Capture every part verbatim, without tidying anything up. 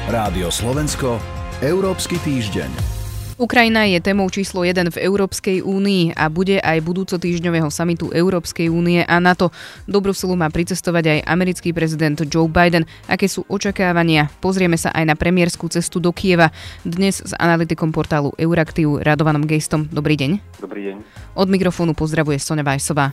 Rádio Slovensko, Európsky týždeň. Ukrajina je témou číslo jeden v Európskej únii a bude aj budúcotýždňového samitu Európskej únie a NATO. Do Bruselu má pricestovať aj americký prezident Joe Biden. Aké sú očakávania? Pozrieme sa aj na premiérskú cestu do Kieva. Dnes s analytikom portálu Euraktiv Radovanom Geistom. Dobrý deň. Dobrý deň. Od mikrofónu pozdravuje Soňa Vajsová.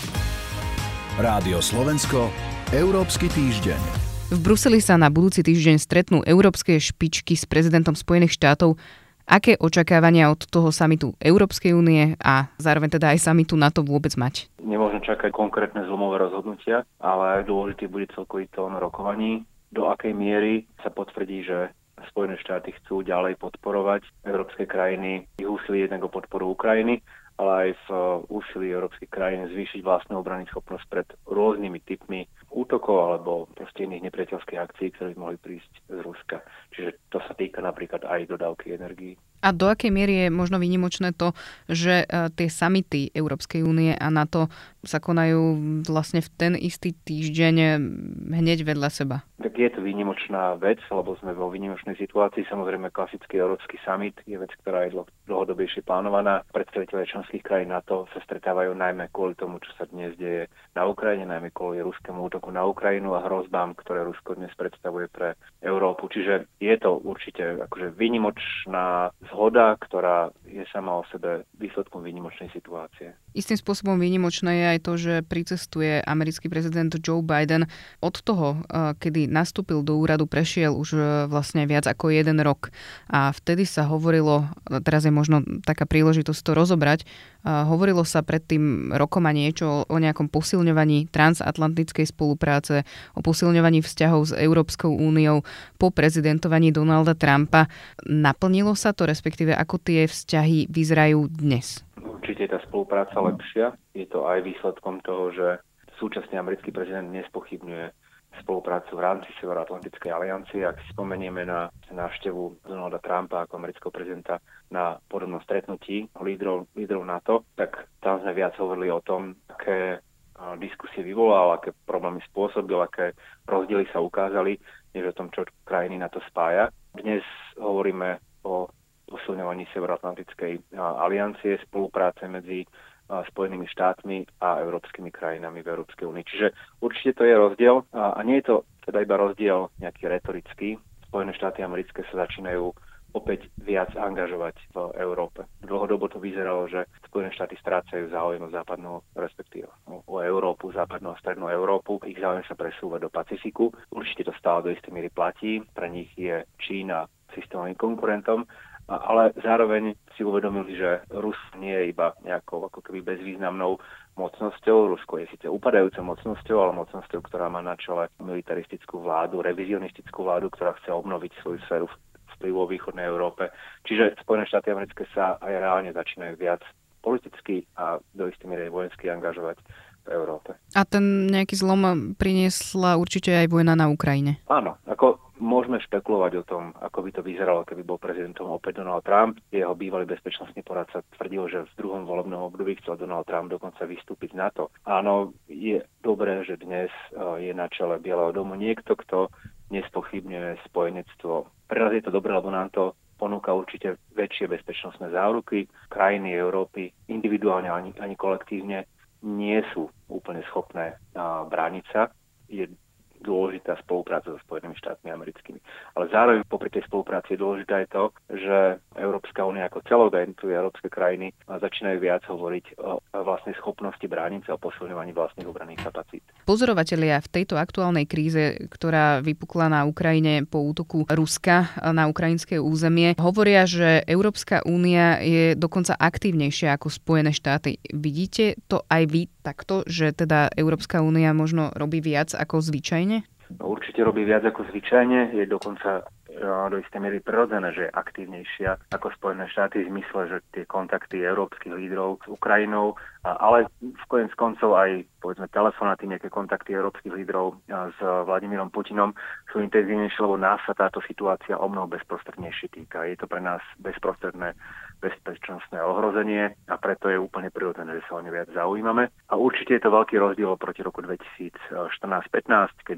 Rádio Slovensko, Európsky týždeň. V Bruseli sa na budúci týždeň stretnú európske špičky s prezidentom Spojených štátov. Aké očakávania od toho samitu Európskej únie a zároveň teda aj samitu NATO vôbec mať? Nemôžno čakať konkrétne zlomové rozhodnutia, ale dôležitý bude celkový tón rokovaní. Do akej miery sa potvrdí, že Spojené štáty chcú ďalej podporovať európske krajiny, ich úsilí jednak o podporu Ukrajiny, ale aj v úsilí európskych krajín zvýšiť vlastnú obrannú schopnosť pred rôznymi typmi útokov alebo proste iných nepriateľských akcií, ktoré by mohli prísť z Ruska. Čiže to sa týka napríklad aj dodávky energií. A do akej miery je možno výnimočné to, že tie samity Európskej únie a NATO sa konajú vlastne v ten istý týždeň hneď vedľa seba? Tak je to výnimočná vec, lebo sme vo výnimočnej situácii. Samozrejme, klasický Európsky summit je vec, ktorá je dlhodobejšie plánovaná. Predstavitelia členských krajín NATO sa stretávajú najmä kvôli tomu, čo sa dnes deje na Ukrajine, najmä kvôli ruskému útoku na Ukrajinu a hrozbám, ktoré Rusko dnes predstavuje pre Európu. Čiže je to určite akože výnimočná zhoda, ktorá je sama o sebe výsledkom výnimočnej situácie. Istým spôsobom výnimočné je aj to, že pricestuje americký prezident Joe Biden. Od toho, kedy nastúpil do úradu, prešiel už vlastne viac ako jeden rok. A vtedy sa hovorilo, teraz je možno taká príležitosť to rozobrať, hovorilo sa pred tým rokom a niečo o nejakom posilňovaní transatlantickej spolupráce, o posilňovaní vzťahov s Európskou úniou po prezidentovaní Donalda Trumpa. Naplnilo sa to, respektíve ako tie vzťahy vyzerajú dnes? Určite je tá spolupráca lepšia. Je to aj výsledkom toho, že súčasný americký prezident nespochybňuje spoluprácu v rámci Severoatlantickej aliancie. Ak si spomenieme na návštevu Donalda Trumpa ako amerického prezidenta na podobnom stretnutí lídrov, lídrov NATO, tak tam sme viac hovorili o tom, aké diskusie vyvolal, aké problémy spôsobil, aké rozdiely sa ukázali, než o tom, čo krajiny NATO spája. Dnes hovoríme o posilňovaní Severoatlantickej aliancie, spolupráce medzi Spojenými štátmi a európskymi krajinami v Európskej únii. Čiže určite to je rozdiel a nie je to teda iba rozdiel nejaký retorický. Spojené štáty americké sa začínajú opäť viac angažovať v Európe. Dlhodobo to vyzeralo, že Spojené štáty strácajú záujem o západnú, respektíve o Európu, západnú a strednú Európu. Ich záujem sa presúva do Pacifiku. Určite to stále do istej miery platí. Pre nich je Čína systémovým konkurentom, ale zároveň si uvedomili, že Rusko nie je iba nejakou ako keby bezvýznamnou mocnosťou. Rusko je síce upadajúcou mocnosťou, ale mocnosťou, ktorá má na čele militaristickú vládu, revizionistickú vládu, ktorá chce obnoviť svoju sféru vplyvu vo východnej Európe. Čiže Spojené štáty americké sa aj reálne začínajú viac politicky a do istej miery vojensky angažovať v Európe. A ten nejaký zlom priniesla určite aj vojna na Ukrajine. Áno, ako môžeme špekulovať o tom, ako by to vyzeralo, keby bol prezidentom opäť Donald Trump. Jeho bývalý bezpečnostný poradca tvrdil, že v druhom volebnom období chcel Donald Trump dokonca vystúpiť z NATO. Áno, je dobré, že dnes je na čele Bieleho domu niekto, kto nespochybňuje spojenectvo. Pre nás je to dobré, lebo nám to ponúka určite väčšie bezpečnostné záruky. Krajiny Európy individuálne ani, ani kolektívne nie sú úplne schopné a, brániť sa. Je dôležitá spolupráca so Spojenými štátmi americkými. Ale zároveň popri tej spolupráci je dôležité aj to, že Európska únia ako celok a jednotlivé európske krajiny začínajú viac hovoriť o vlastnej schopnosti brániť sa, o posilňovaní vlastných obranných kapacít. Pozorovatelia v tejto aktuálnej kríze, ktorá vypukla na Ukrajine po útoku Ruska na ukrajinské územie, hovoria, že Európska únia je dokonca aktívnejšia ako Spojené štáty. Vidíte to aj vy takto, že teda Európska únia možno robí viac ako zvyčajne? No, určite robí viac ako zvyčajne, je dokonca do istej miery prirodzené, že je aktívnejšia ako Spojené štáty v zmysle, že tie kontakty európskych lídrov s Ukrajinou, ale v koniec koncov aj povedzme telefonáty, nejaké kontakty európskych lídrov s Vladimírom Putinom sú intenzívnejšie, lebo nás sa táto situácia o mnoho bezprostrednejšie týka. Je to pre nás bezprostredné bezpečnostné ohrozenie a preto je úplne prirodzené, že sa o ne viac zaujímame. A určite je to veľký rozdiel proti roku dvetisícštrnásť pätnásť, kedy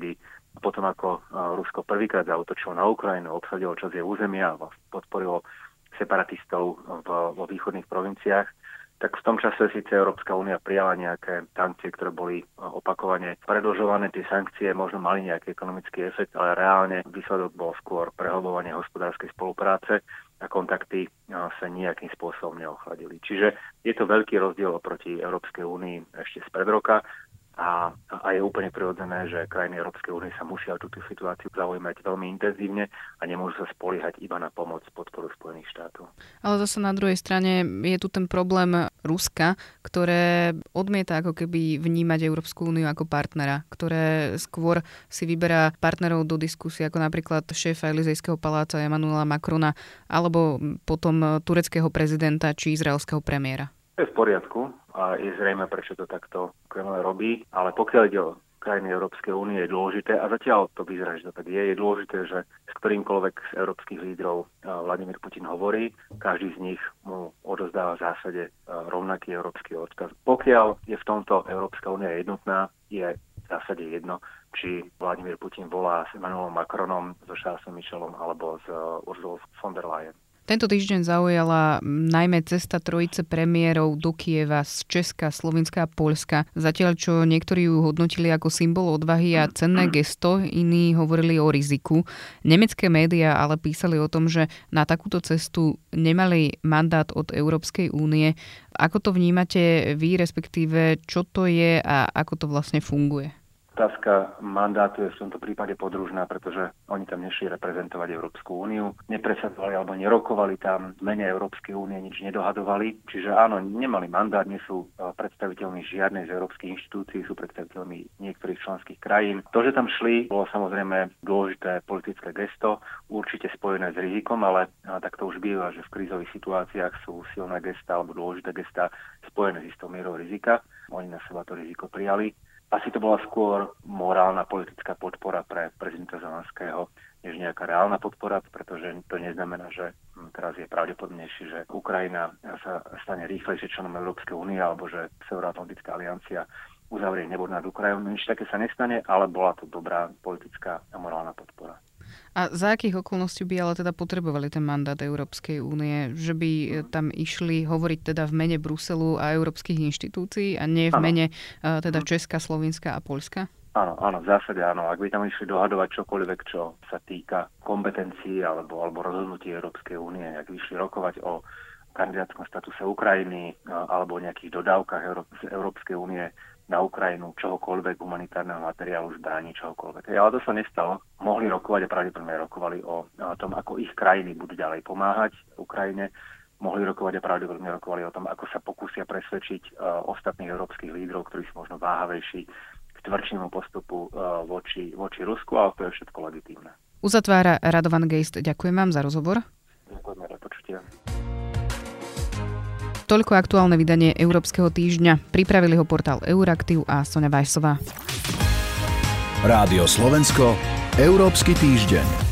potom ako Rusko prvýkrát zaútočilo na Ukrajinu, obsadilo časť jej územia a podporilo separatistov vo východných provinciách, tak v tom čase síce Európska únia prijala nejaké sankcie, ktoré boli opakovane predĺžované. Tie sankcie možno mali nejaký ekonomický efekt, ale reálne výsledok bol skôr prehlbovanie hospodárskej spolupráce a kontakty sa nejakým spôsobom neochladili. Čiže je to veľký rozdiel oproti Európskej únii ešte spred roka. A, a je úplne prirodzené, že krajiny Európskej únie sa musia túto situáciu zaujímať veľmi intenzívne a nemôžu sa spoliehať iba na pomoc, podporu Spojených štátov. Ale zase na druhej strane je tu ten problém Ruska, ktoré odmieta ako keby vnímať Európsku úniu ako partnera, ktoré skôr si vyberá partnerov do diskusie, ako napríklad šéfa Elizejského paláca Emmanuela Macrona alebo potom tureckého prezidenta či izraelského premiéra. To je v poriadku a je zrejme, prečo to takto Kreml robí, ale pokiaľ ide o krajiny Európskej únie, je dôležité, a zatiaľ to vyzerá, že to tak je, je dôležité, že s ktorýmkoľvek z európskych lídrov Vladimír Putin hovorí, každý z nich mu odozdáva v zásade rovnaký európsky odkaz. Pokiaľ je v tomto Európska únia jednotná, je v zásade jedno, či Vladimír Putin volá s Emmanuelom Macronom, so Charlesom Michelom alebo s Ursulou von der Leyen. Tento týždeň zaujala najmä cesta trojice premiérov do Kieva z Česka, Slovenska a Poľska. Zatiaľ, čo niektorí ju hodnotili ako symbol odvahy a cenné gesto, iní hovorili o riziku. Nemecké médiá ale písali o tom, že na takúto cestu nemali mandát od Európskej únie. Ako to vnímate vy, respektíve čo to je a ako to vlastne funguje? Otázka mandátu je v tomto prípade podružná, pretože oni tam nešli reprezentovať Európsku úniu, nepresadzovali alebo nerokovali tam v mene Európskej únie, nič nedohadovali. Čiže áno, nemali mandát, nie sú predstaviteľmi žiadnej z európskych inštitúcií, sú predstaviteľmi niektorých členských krajín. To, že tam šli, bolo samozrejme dôležité politické gesto, určite spojené s rizikom, ale tak to už býva, že v krízových situáciách sú silné gestá alebo dôležité gestá spojené s istou mierou rizika. Oni na seba to riziko prijali. Asi to bola skôr morálna politická podpora pre prezidenta Zelenského, než nejaká reálna podpora, pretože to neznamená, že teraz je pravdepodobnejšie, že Ukrajina sa stane rýchlejšie členom Európskej únie alebo že Severoatlantická aliancia uzavrie nebo nad Ukrajinou. Nič také sa nestane, ale bola to dobrá politická a morálna podpora. A za akých okolností by ale teda potrebovali ten mandát Európskej únie? Že by tam išli hovoriť teda v mene Bruselu a európskych inštitúcií a nie v ano. mene teda Česka, Slovenska a Poľska? Áno, áno, v zásade áno. Ak by tam išli dohadovať čokoľvek, čo sa týka kompetencií alebo, alebo rozhodnutí Európskej únie, ak by išli rokovať o kandidátskom statuse Ukrajiny alebo o nejakých dodávkach z Európskej únie na Ukrajinu, čohokoľvek, humanitárneho materiálu, zbraní, čohokoľvek. Ale to sa nestalo. Mohli rokovať a pravdepodobne rokovali o tom, ako ich krajiny budú ďalej pomáhať Ukrajine. Mohli rokovať a pravdepodobne rokovali o tom, ako sa pokúsia presvedčiť uh, ostatných európskych lídrov, ktorí sú možno váhavejší, k tvrdšiemu postupu uh, voči, voči Rusku, ale to je všetko legitímne. Uzatvára Radovan Geist. Ďakujem vám za rozhovor. Ďakujeme, do počutia. Toľko aktuálne vydanie Európskeho týždňa. Pripravili ho portál Euraktiv a Soňa Vajsová. Rádio Slovensko, Európsky týždeň.